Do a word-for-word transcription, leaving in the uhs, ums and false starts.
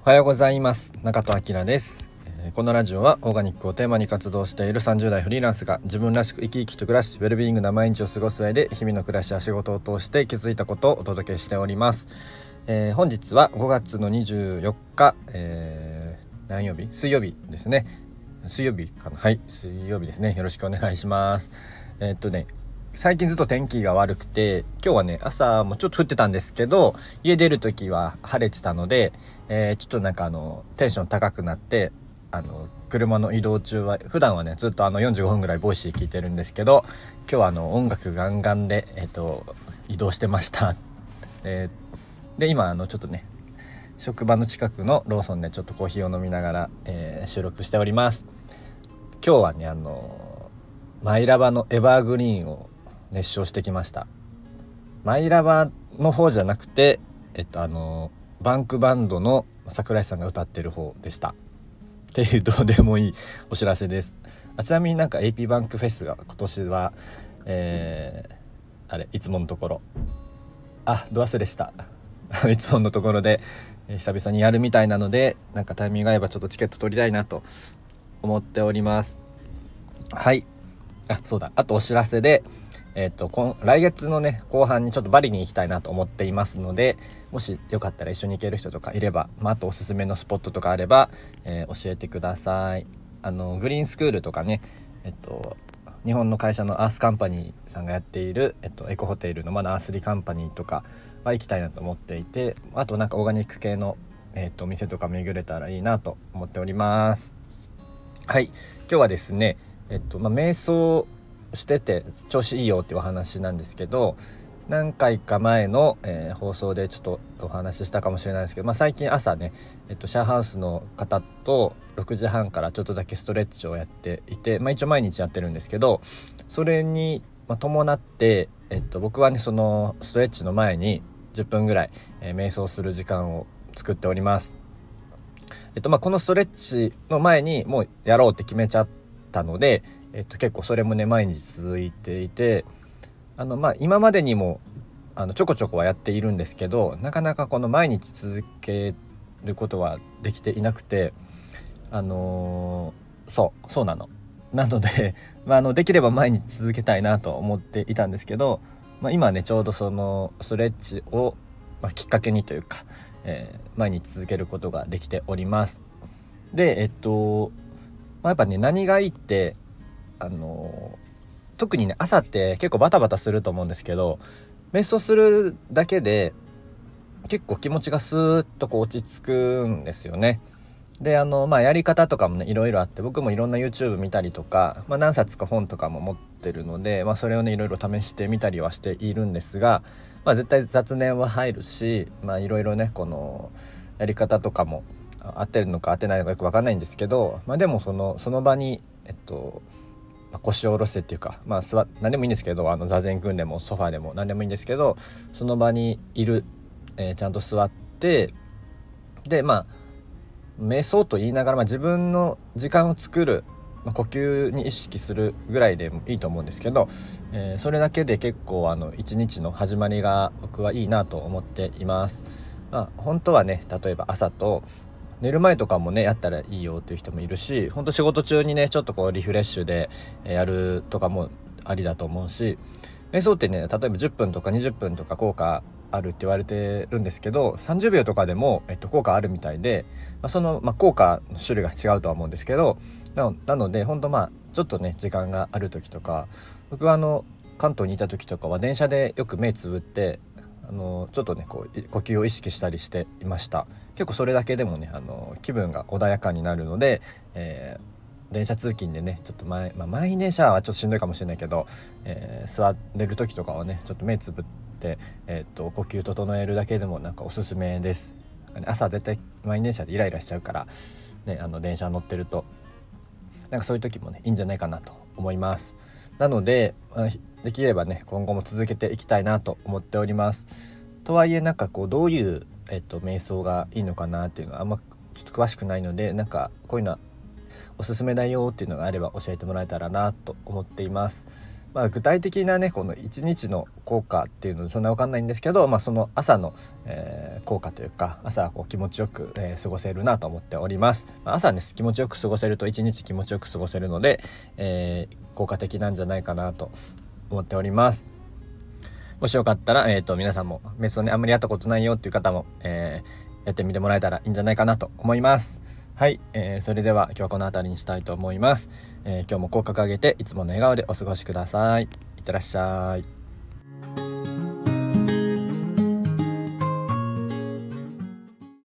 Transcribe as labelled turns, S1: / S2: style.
S1: おはようございます。中戸明です。このラジオはオーガニックをテーマに活動しているさんじゅう代フリーランスが自分らしく生き生きと暮らし、ウェルビーイングな毎日を過ごす上で日々の暮らしや仕事を通して気づいたことをお届けしております。えー、本日はごがつのにじゅうよっか、えー、何曜日？水曜日ですね。水曜日かな。はい、水曜日ですね。よろしくお願いします。えー、っとね最近ずっと天気が悪くて、今日はね朝もちょっと降ってたんですけど、家出る時は晴れてたので、えー、ちょっとなんかあのテンション高くなって、あの車の移動中は普段はねずっとあのよんじゅうごふんぐらいボイシー聞いてるんですけど、今日はあの音楽ガンガンで、えー、と移動してました。えー、で今あのちょっとね職場の近くのローソンでちょっとコーヒーを飲みながら、えー、収録しております。今日はねあのマイラバのエバーグリーンを熱唱してきました。マイラバの方じゃなくて、えっとあのバンクバンドの桜井さんが歌ってる方でしたっていうどうでもいいお知らせです。あちなみになんか エーピー バンクフェスが今年は、えー、あれいつものところあど忘れしたいつものところで、えー、久々にやるみたいなので、なんかタイミングが合えばちょっとチケット取りたいなと思っております。はい、あそうだあとお知らせで、えー、と今来月のね後半にちょっとバリに行きたいなと思っていますので、もしよかったら一緒に行ける人とかいれば、まあ、あとおすすめのスポットとかあれば、えー、教えてください。あのグリーンスクールとかね、えっと日本の会社のアースカンパニーさんがやっている、えっと、エコホテルのまだアースリカンパニーとかは行きたいなと思っていて、あとなんかオーガニック系の、えっと、お店とか巡れたらいいなと思っております。はい、今日はですねえっとまあ瞑想してて調子いいよっていうお話なんですけど、何回か前の、えー、放送でちょっとお話ししたかもしれないですけど、まあ、最近朝ね、えっと、シェアハウスの方とろくじはんからちょっとだけストレッチをやっていて、まあ、一応毎日やってるんですけど、それに、まあ、伴って、えっと、僕はねそのストレッチの前にじゅっぷんぐらい、えー、瞑想する時間を作っております。えっとまあ、このストレッチの前にもうやろうって決めちゃったので、えっと、結構それもね毎日続いていて、あの、まあ、今までにもあのちょこちょこはやっているんですけど、なかなかこの毎日続けることはできていなくて、あのー、そうそうなのなので、まあ、あのできれば毎日続けたいなと思っていたんですけど、まあ、今ねちょうどそのストレッチを、まあ、きっかけにというか、えー、毎日続けることができております。でえっと、まあ、やっぱね何がいいってあの特にね朝って結構バタバタすると思うんですけど、瞑想するだけで結構気持ちがスーッとこう落ち着くんですよね。であのまあやり方とかもねいろいろあって、僕もいろんな YouTube 見たりとか、まあ、何冊か本とかも持ってるので、まあ、それをねいろいろ試してみたりはしているんですが、まあ、絶対雑念は入るし、まあいろいろねこのやり方とかも合ってるのか合ってないのかよく分かんないんですけど、まあ、でもそのその場にえっと腰を下ろしてっていうか、まあ座何でもいいんですけど、あの座禅組んでもソファーでも何でもいいんですけど、その場にいる、えー、ちゃんと座って、でまあ瞑想と言いながら、まあ、自分の時間を作る、まあ、呼吸に意識するぐらいでもいいと思うんですけど、えー、それだけで結構あの一日の始まりが僕はいいなと思っています。まあ、本当はね例えば朝と寝る前とかもねやったらいいよっていう人もいるし、本当仕事中にねちょっとこうリフレッシュでやるとかもありだと思うし、瞑想ってね例えばじゅっぷんとかにじゅっぷんとか効果あるって言われてるんですけど、さんじゅうびょうとかでも、えっと、効果あるみたいで、まあ、その、まあ、効果の種類が違うとは思うんですけど、なの、なので本当まあちょっとね時間がある時とか、僕はあの関東にいた時とかは電車でよく目つぶってあのちょっとねこう呼吸を意識したりしていました。結構それだけでもねあの気分が穏やかになるので、えー、電車通勤でねちょっと前、まあ、満員電車はちょっとしんどいかもしれないけど、えー、座れる時とかはねちょっと目つぶって、えー、と呼吸整えるだけでもなんかおすすめです。朝絶対満員電車でイライラしちゃうから、ね、あの電車乗ってるとなんかそういう時もねいいんじゃないかなと思います。なのでできればね今後も続けていきたいなと思っております。とはいえなんかこうどういう、えっと、瞑想がいいのかなっていうのはあんまちょっと詳しくないので、なんかこういうのはおすすめだよっていうのがあれば教えてもらえたらなと思っています。 まあ、具体的なねこのいちにちの効果っていうのそんな分かんないんですけど、まあ、その朝の、えー、効果というか朝こう気持ちよく、えー、過ごせるなと思っております。まあ、朝ね気持ちよく過ごせるといちにち気持ちよく過ごせるので、えー、効果的なんじゃないかなと思っております。もしよかったら、えー、と皆さんも瞑想ねあんまりやったことないよっていう方も、えー、やってみてもらえたらいいんじゃないかなと思います。はい、えー、それでは今日はこの辺りにしたいと思います。えー、今日も口角上げていつもの笑顔でお過ごしください。いってらっしゃい。